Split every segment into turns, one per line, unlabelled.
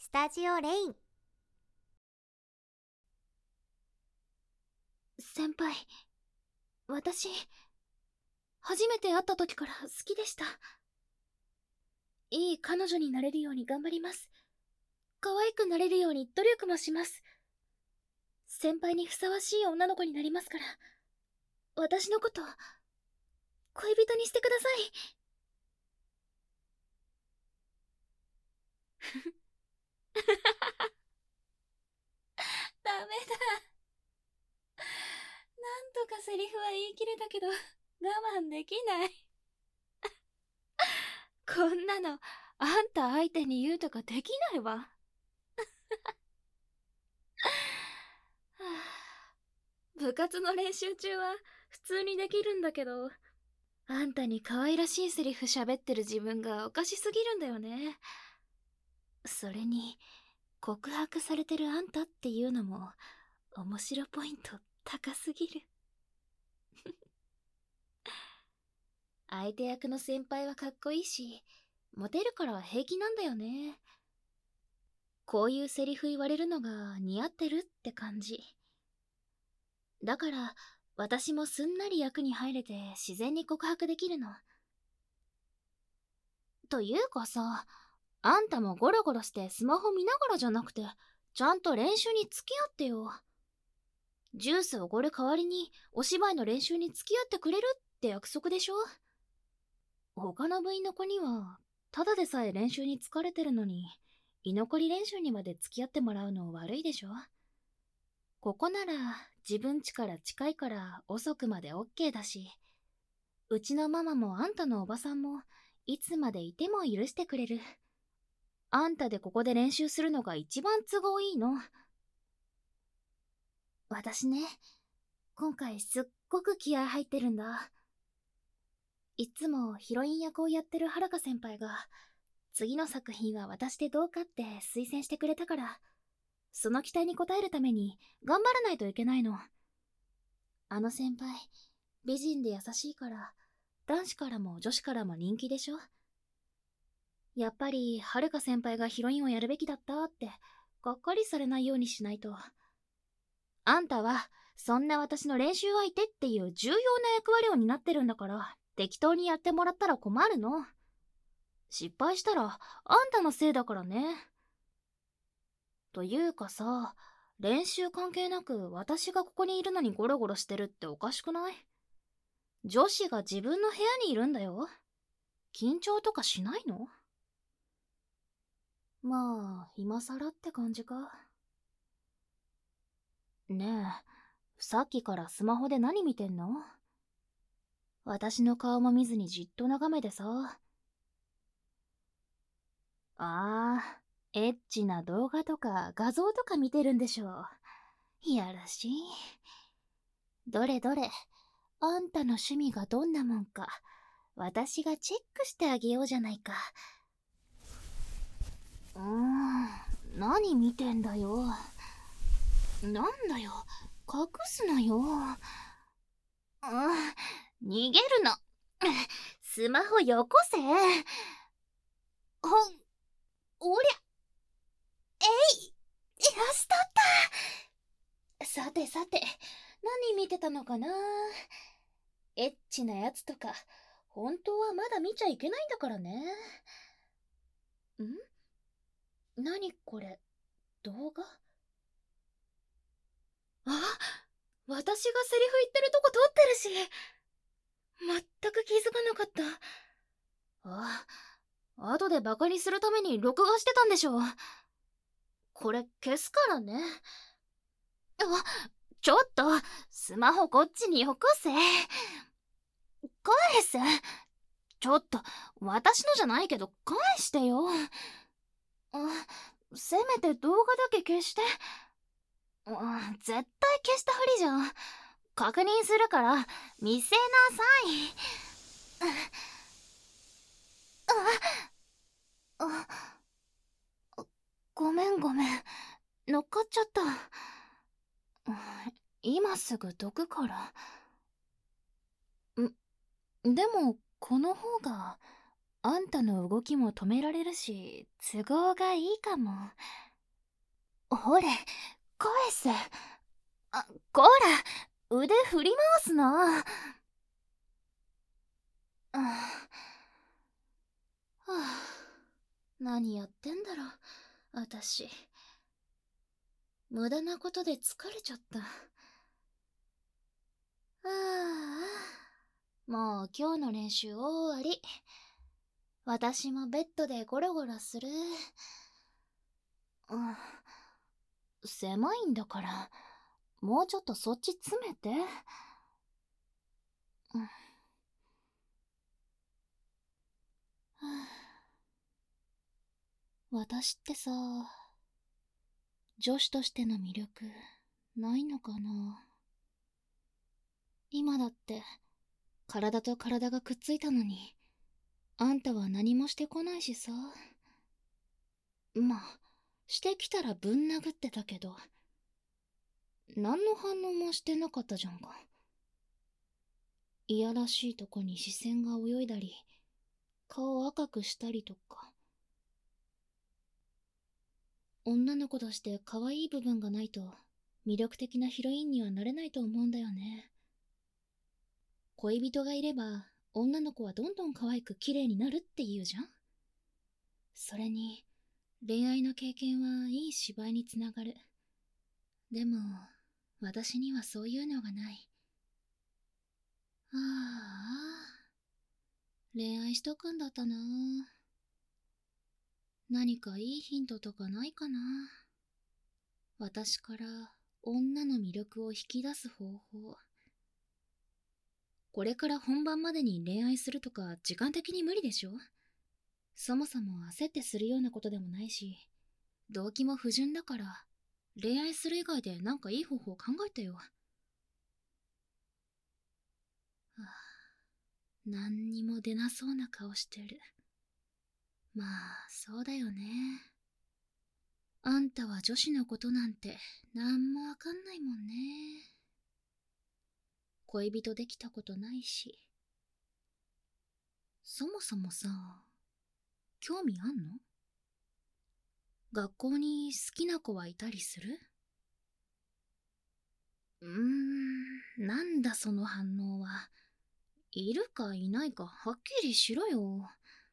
スタジオレイン。
先輩、私、初めて会った時から好きでした。いい彼女になれるように頑張ります。可愛くなれるように努力もします。先輩にふさわしい女の子になりますから、私のこと、恋人にしてください。ダメだ。なんとかセリフは言い切れたけど、我慢できない。こんなの、あんた相手に言うとかできないわ。部活の練習中は普通にできるんだけど、あんたに可愛らしいセリフ喋ってる自分がおかしすぎるんだよね。それに、告白されてるあんたっていうのも、面白ポイント高すぎる。相手役の先輩はかっこいいし、モテるから平気なんだよね。こういうセリフ言われるのが似合ってるって感じ。だから、私もすんなり役に入れて自然に告白できるの。というかさ、あんたもゴロゴロしてスマホ見ながらじゃなくて、ちゃんと練習に付き合ってよ。ジュースおごる代わりにお芝居の練習に付き合ってくれるって約束でしょ。他の部員の子には、ただでさえ練習に疲れてるのに、居残り練習にまで付き合ってもらうの悪いでしょ。ここなら自分家から近いから遅くまで OK だし、うちのママもあんたのおばさんもいつまでいても許してくれる。あんたでここで練習するのが一番都合いいの。私ね、今回すっごく気合入ってるんだ。いつもヒロイン役をやってるはるか先輩が、次の作品は私でどうかって推薦してくれたから、その期待に応えるために頑張らないといけないの。あの先輩、美人で優しいから、男子からも女子からも人気でしょ。やっぱり、はるか先輩がヒロインをやるべきだったって、がっかりされないようにしないと。あんたは、そんな私の練習相手っていう重要な役割を担ってるんだから、適当にやってもらったら困るの。失敗したら、あんたのせいだからね。というかさ、練習関係なく私がここにいるのにゴロゴロしてるっておかしくない？女子が自分の部屋にいるんだよ。緊張とかしないの？まあ、今更って感じか。ねえ、さっきからスマホで何見てんの？私の顔も見ずにじっと眺めてさ。ああ、エッチな動画とか画像とか見てるんでしょ。いやらしい。どれどれ、あんたの趣味がどんなもんか、私がチェックしてあげようじゃないか。何見てんだよ。なんだよ、隠すなよ。逃げるの。スマホよこせ。おりゃ、よしとった。さてさて、何見てたのかな。エッチなやつとか、本当はまだ見ちゃいけないんだからね。何これ、動画？あ、私がセリフ言ってるとこ撮ってるし。全く気づかなかった。後でバカにするために録画してたんでしょ。これ消すからね。ちょっと、スマホこっちによこせ。返せ。ちょっと、私のじゃないけど返してよ。せめて動画だけ消して。絶対消したふりじゃん。確認するから見せなさい。ごめんごめん、乗っかっちゃった。今すぐどくから。でもこの方があんたの動きも止められるし、都合がいいかも。ほれ、返せ。こら、腕振り回すな。はあ、何やってんだろ、私。無駄なことで疲れちゃった。もう今日の練習終わり。私もベッドでゴロゴロする。狭いんだから、もうちょっとそっち詰めて。私ってさ、女子としての魅力ないのかな。今だって体と体がくっついたのに、あんたは何もしてこないしさ。まあ、してきたらぶん殴ってたけど、何の反応もしてなかったじゃんか。いやらしいとこに視線が泳いだり、顔赤くしたりとか。女の子として可愛い部分がないと魅力的なヒロインにはなれないと思うんだよね。恋人がいれば女の子はどんどん可愛く綺麗になるって言うじゃん。それに恋愛の経験はいい芝居につながる。でも私にはそういうのがない。ああ、恋愛しとくんだったな。何かいいヒントとかないかな。私から女の魅力を引き出す方法。これから本番までに恋愛するとか時間的に無理でしょ。そもそも焦ってするようなことでもないし、動機も不純だから、恋愛する以外でなんかいい方法考えてよ。何にも出なそうな顔してる。まあ、そうだよね。あんたは女子のことなんてなんもわかんないもんね。恋人できたことないし。そもそもさ、興味あんの？学校に好きな子はいたりする？なんだその反応は。いるかいないかはっきりしろよ。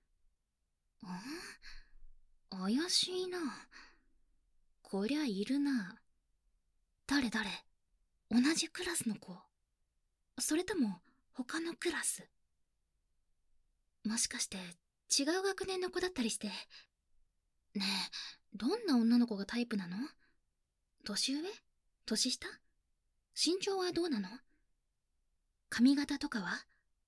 怪しいな。こりゃいるな。誰？同じクラスの子？それとも他のクラス？もしかして違う学年の子だったりして。ねえ、どんな女の子がタイプなの？年上？年下？身長はどうなの？髪型とかは？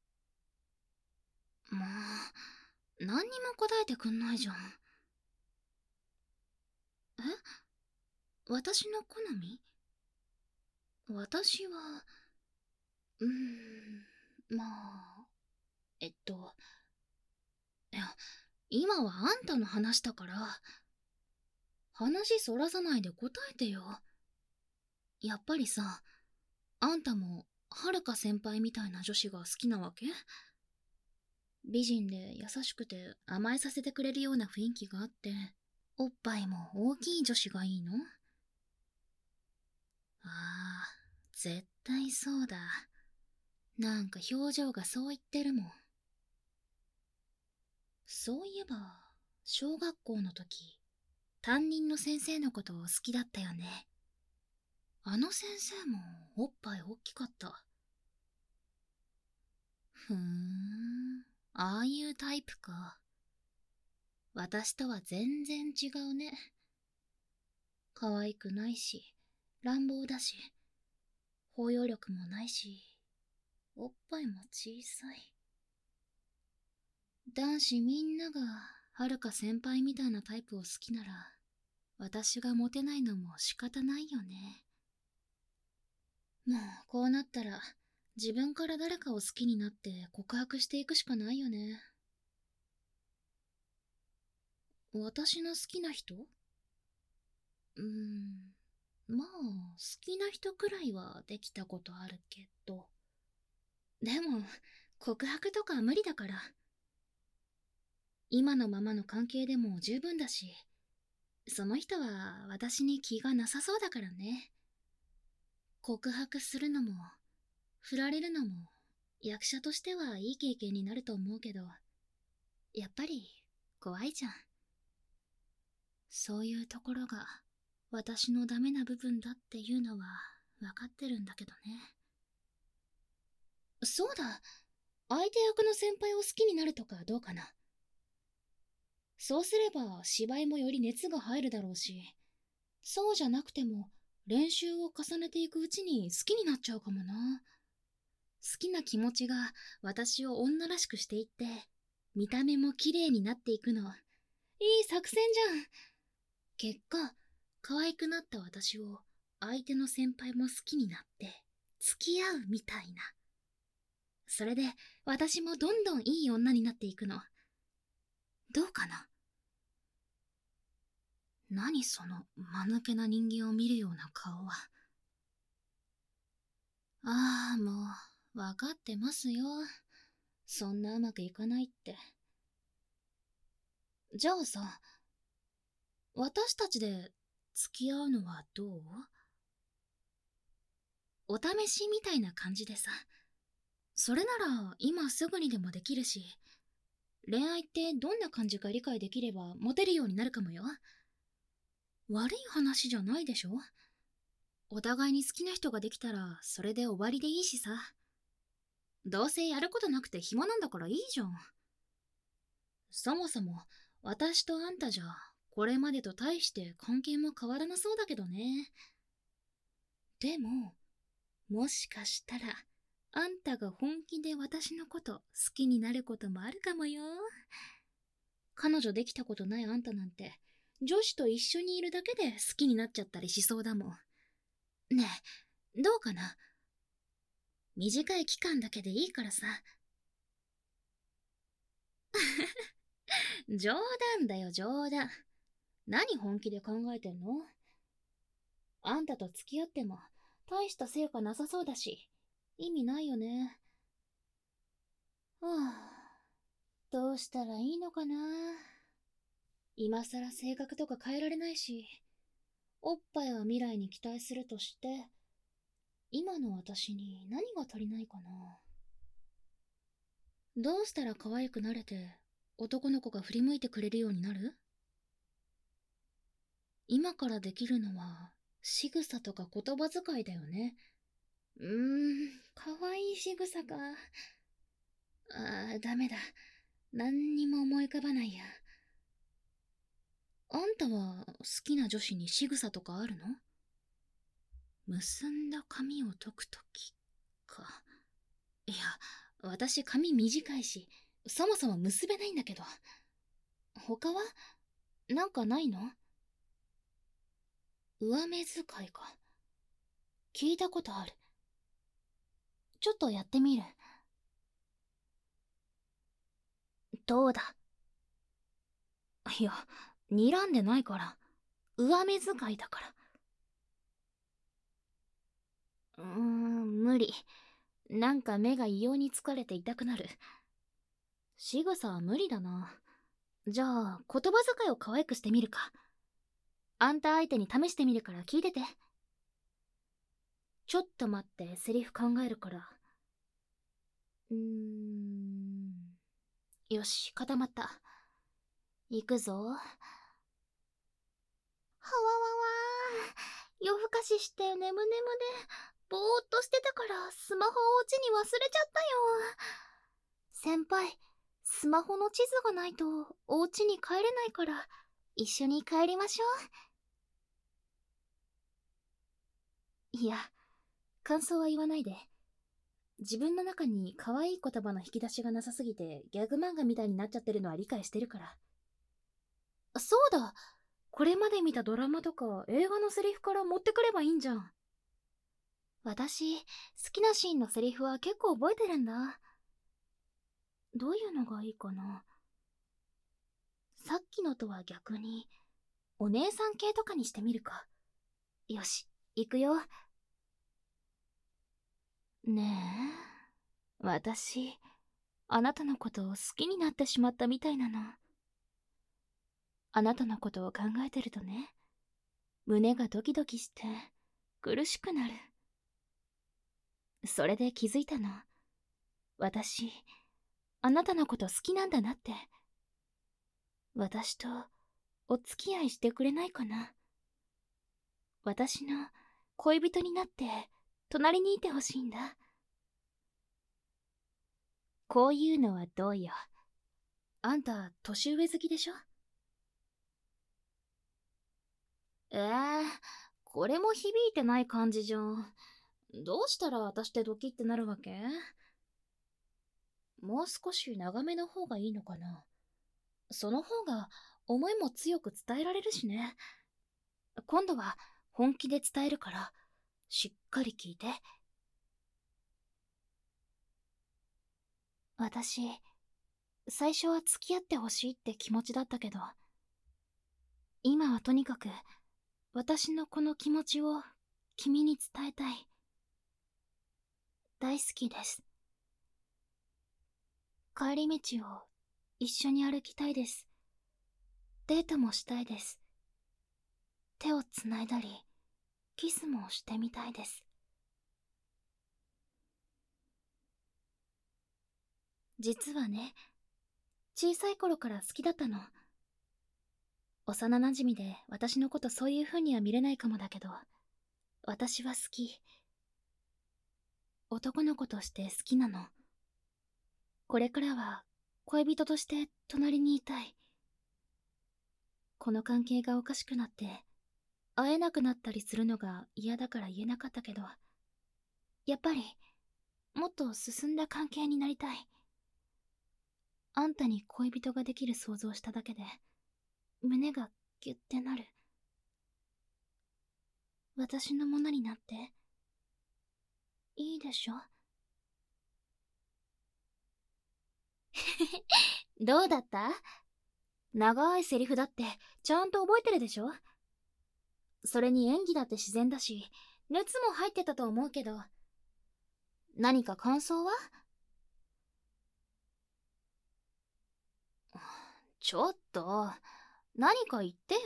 もう、何にも答えてくんないじゃん。え？私の好み？私は、まあ、いや、今はあんたの話だから、話そらさないで答えてよ。やっぱりさ、あんたも、はるか先輩みたいな女子が好きなわけ？美人で優しくて甘えさせてくれるような雰囲気があって、おっぱいも大きい女子がいいの？ああ、絶対そうだ。なんか表情がそう言ってるもん。そういえば、小学校の時、担任の先生のことを好きだったよね。あの先生もおっぱい大きかった。ふーん、ああいうタイプか。私とは全然違うね。可愛くないし、乱暴だし、包容力もないし、おっぱいも小さい。男子みんながはるか先輩みたいなタイプを好きなら、私がモテないのも仕方ないよね。もうこうなったら自分から誰かを好きになって告白していくしかないよね。私の好きな人？まあ好きな人くらいはできたことあるけど。でも告白とか無理だから。 今のままの関係でも十分だし、その人は私に気がなさそうだからね。告白するのも、振られるのも、役者としてはいい経験になると思うけど、やっぱり怖いじゃん。そういうところが私のダメな部分だっていうのは分かってるんだけどね。そうだ、相手役の先輩を好きになるとかどうかな。そうすれば芝居もより熱が入るだろうし、そうじゃなくても練習を重ねていくうちに好きになっちゃうかもな。好きな気持ちが私を女らしくしていって、見た目も綺麗になっていくの。いい作戦じゃん。結果、可愛くなった私を相手の先輩も好きになって付き合うみたいな。それで私もどんどんいい女になっていくの。どうかな。何その間抜けな人間を見るような顔は。ああ、もう分かってますよ。そんなうまくいかないって。じゃあさ、私たちで付き合うのはどう？お試しみたいな感じでさ。それなら今すぐにでもできるし、恋愛ってどんな感じか理解できればモテるようになるかもよ。悪い話じゃないでしょ。お互いに好きな人ができたらそれで終わりでいいしさ。どうせやることなくて暇なんだからいいじゃん。そもそも私とあんたじゃこれまでと大して関係も変わらなそうだけどね。でももしかしたらあんたが本気で私のこと好きになることもあるかもよ。彼女できたことないあんたなんて女子と一緒にいるだけで好きになっちゃったりしそうだもん。ねえ、どうかな。短い期間だけでいいからさ。冗談だよ冗談。何本気で考えてんの？あんたと付き合っても大した成果なさそうだし、意味ないよね。はあ、どうしたらいいのかな。今さら性格とか変えられないし、おっぱいは未来に期待するとして、今の私に何が足りないかな。どうしたら可愛くなれて、男の子が振り向いてくれるようになる？今からできるのは、仕草とか言葉遣いだよね。可愛い仕草か。ダメだ。何にも思い浮かばないや。あんたは好きな女子に仕草とかあるの？結んだ髪を解くときか。いや、私髪短いし、そもそも結べないんだけど。他はなんかないの？上目遣いか。聞いたことある。ちょっとやってみる。どうだ？いや、睨んでないから。上目遣いだから。無理。なんか目が異様に疲れて痛くなる。仕草は無理だな。じゃあ、言葉遣いを可愛くしてみるか。あんた相手に試してみるから聞いてて。ちょっと待って、セリフ考えるから。よし、固まった。行くぞ。はわわわー。夜更かしして眠々で、ぼーっとしてたからスマホをお家に忘れちゃったよ。先輩、スマホの地図がないとお家に帰れないから、一緒に帰りましょう。いや、感想は言わないで。自分の中に可愛い言葉の引き出しがなさすぎてギャグ漫画みたいになっちゃってるのは理解してるから。そうだ、これまで見たドラマとか映画のセリフから持ってくればいいんじゃん。私、好きなシーンのセリフは結構覚えてるんだ。どういうのがいいかな。さっきのとは逆に、お姉さん系とかにしてみるか。よし、行くよ。ねえ、私、あなたのことを好きになってしまったみたいなの。 あなたのことを考えてるとね、胸がドキドキして苦しくなる。それで気づいたの。私、あなたのこと好きなんだなって。私とお付き合いしてくれないかな。私の恋人になって隣にいてほしいんだ。こういうのはどうよ。あんた年上好きでしょ？これも響いてない感じじゃん。どうしたら私ってドキってなるわけ？もう少し長めの方がいいのかな。その方が思いも強く伝えられるしね。今度は本気で伝えるから、しっかり聞いて。私、最初は付き合ってほしいって気持ちだったけど、今はとにかく私のこの気持ちを君に伝えたい。大好きです。帰り道を一緒に歩きたいです。デートもしたいです。手をつないだり、キスもしてみたいです。実はね、小さい頃から好きだったの。幼馴染で私のことそういう風には見れないかもだけど、私は好き。男の子として好きなの。これからは恋人として隣にいたい。この関係がおかしくなって会えなくなったりするのが嫌だから言えなかったけど、やっぱりもっと進んだ関係になりたい。あんたに恋人ができる想像しただけで胸がギュッてなる。私のものになっていいでしょ？どうだった？長いセリフだってちゃんと覚えてるでしょ？それに演技だって自然だし、熱も入ってたと思うけど。何か感想は？ちょっと、何か言ってよ。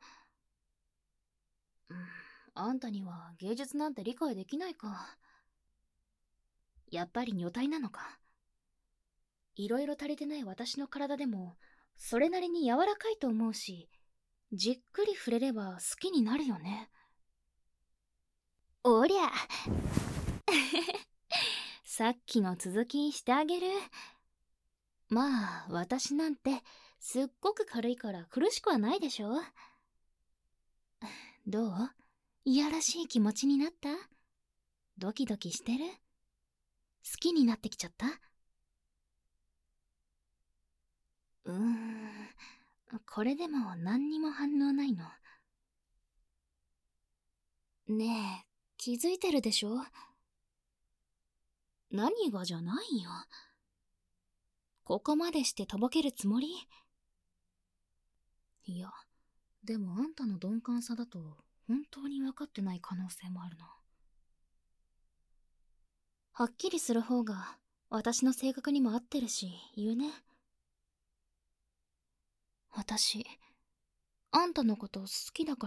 あんたには芸術なんて理解できないか。やっぱり女体なのか。いろいろ足りてない私の体でも、それなりに柔らかいと思うし、じっくり触れれば好きになるよね。おりゃ。さっきの続きしてあげる。まあ、私なんてすっごく軽いから苦しくはないでしょ。どう？いやらしい気持ちになった？ドキドキしてる？好きになってきちゃった？これでも何にも反応ないの。ねえ、気づいてるでしょ？何がじゃないよ。ここまでしてとぼけるつもり？いや、でもあんたの鈍感さだと本当に分かってない可能性もあるな。はっきりする方が私の性格にも合ってるし、言うね。私、あんたのこと好きだから。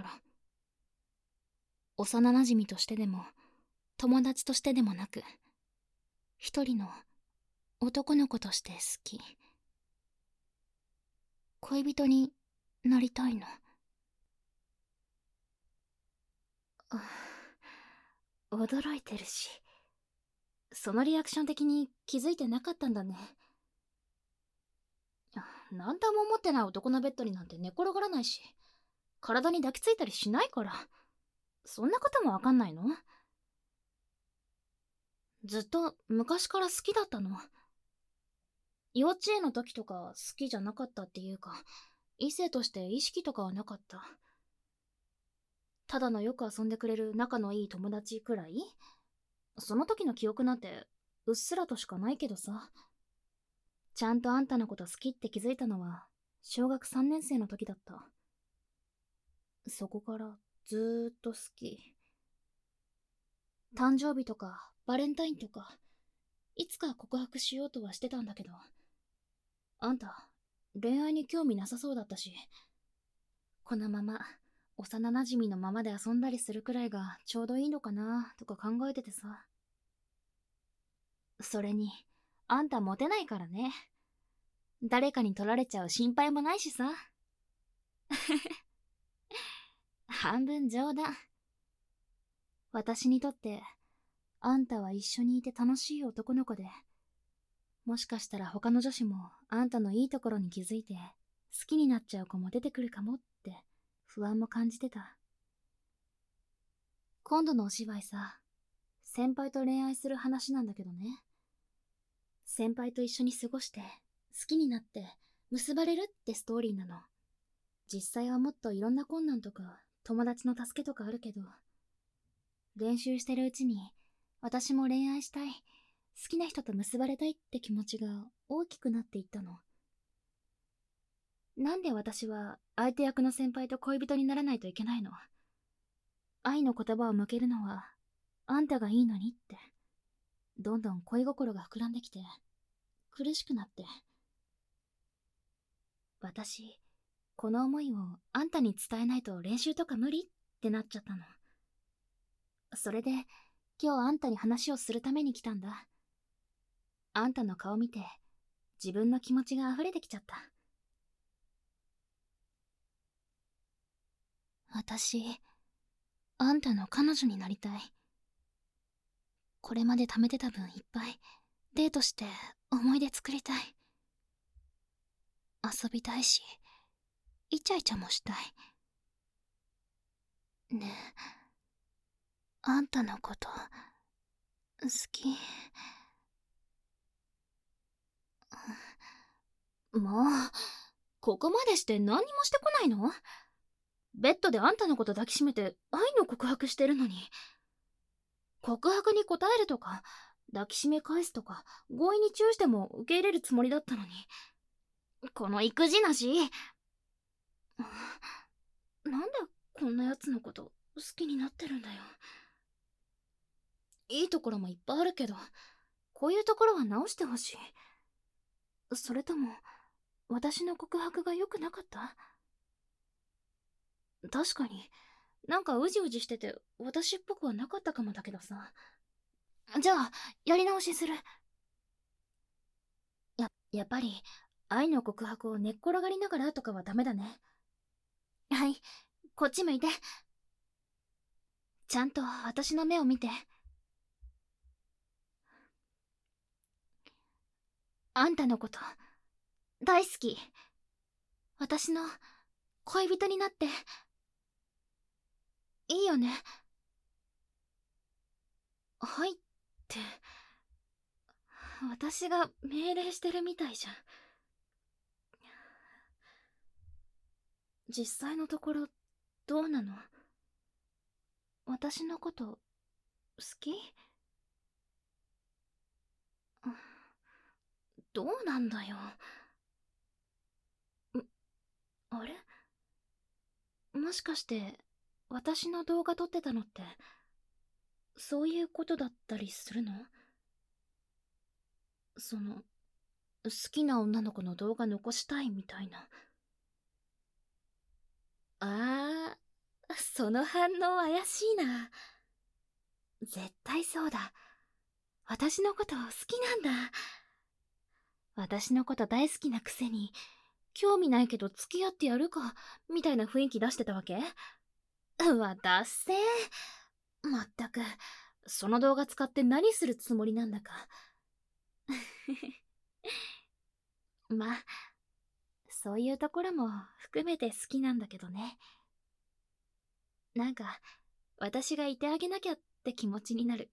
幼馴染としてでも、友達としてでもなく、一人の男の子として好き。恋人になりたいの。驚いてるし、そのリアクション的に気づいてなかったんだね。なんとも思ってない男のベッドになんて寝転がらないし、体に抱きついたりしないから。そんなこともわかんないの？ずっと昔から好きだったの。幼稚園の時とか好きじゃなかったっていうか、異性として意識とかはなかった。ただのよく遊んでくれる仲のいい友達くらい？その時の記憶なんてうっすらとしかないけどさ。ちゃんとあんたのこと好きって気づいたのは小学3年生の時だった。そこからずーっと好き。誕生日とかバレンタインとかいつか告白しようとはしてたんだけど、あんた恋愛に興味なさそうだったし、 このまま幼馴染のままで遊んだりするくらいがちょうどいいのかなとか考えててさ。それにあんたモテないからね。誰かに取られちゃう心配もないしさ。半分冗談。私にとってあんたは一緒にいて楽しい男の子で、もしかしたら他の女子もあんたのいいところに気づいて好きになっちゃう子も出てくるかもって不安も感じてた。今度のお芝居さ、先輩と恋愛する話なんだけどね。先輩と一緒に過ごして好きになって結ばれるってストーリーなの。実際はもっといろんな困難とか友達の助けとかあるけど、練習してるうちに私も恋愛したい、好きな人と結ばれたいって気持ちが大きくなっていったの。なんで私は相手役の先輩と恋人にならないといけないの？愛の言葉を向けるのはあんたがいいのにって。どんどん恋心が膨らんできて苦しくなって、私この思いをあんたに伝えないと練習とか無理ってなっちゃったの。それで今日あんたに話をするために来たんだ。あんたの顔見て自分の気持ちが溢れてきちゃった。私、あんたの彼女になりたい。これまで貯めてた分いっぱいデートして思い出作りたい。遊びたいし、イチャイチャもしたい。ねえ、あんたのこと好き。もうここまでして何にもしてこないの？ベッドであんたのこと抱きしめて愛の告白してるのに。告白に答えるとか抱きしめ返すとか強引にチューしても受け入れるつもりだったのに、この育児なし。なんでこんなやつのこと好きになってるんだよ。いいところもいっぱいあるけど、こういうところは直してほしい。それとも私の告白が良くなかった？確かになんかうじうじしてて私っぽくはなかったかもだけどさ。じゃあやり直しする。やっぱり愛の告白を寝っ転がりながらとかはダメだね。はい、こっち向いて。ちゃんと私の目を見て。あんたのこと大好き。私の恋人になっていいよね？はいって私が命令してるみたいじゃん。実際のところどうなの？私のこと好き？どうなんだよ。あれ、もしかして私の動画撮ってたのってそういうことだったりするの？その好きな女の子の動画残したいみたいな。あー、その反応怪しいな。絶対そうだ。私のこと好きなんだ。私のこと大好きなくせに興味ないけど付き合ってやるかみたいな雰囲気出してたわけ？うわ、ダッセー。まったくその動画使って何するつもりなんだか。まあそういうところも含めて好きなんだけどね。なんか私がいてあげなきゃって気持ちになる。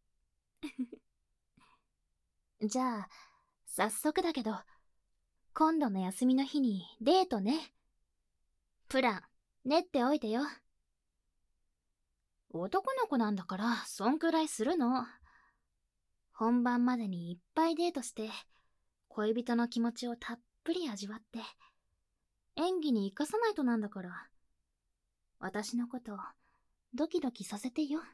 じゃあ早速だけど今度の休みの日にデートね。プラン練っておいてよ。男の子なんだからそんくらいするの。本番までにいっぱいデートして恋人の気持ちをたっぷり味わって演技に生かさないとなんだから。私のことドキドキさせてよ。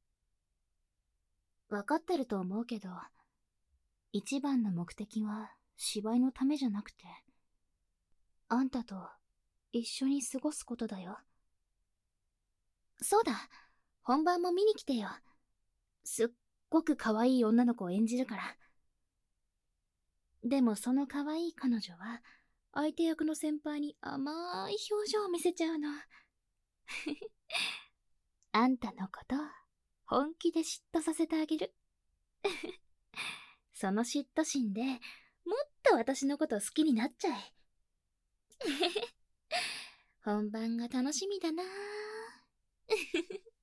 分かってると思うけど一番の目的は芝居のためじゃなくてあんたと一緒に過ごすことだよ。 そうだ、本番も見に来てよ。すっごく可愛い女の子を演じるから。でもその可愛い彼女は、相手役の先輩に甘い表情を見せちゃうの。あんたのこと、本気で嫉妬させてあげる。その嫉妬心で、もっと私のこと好きになっちゃえ。本番が楽しみだな。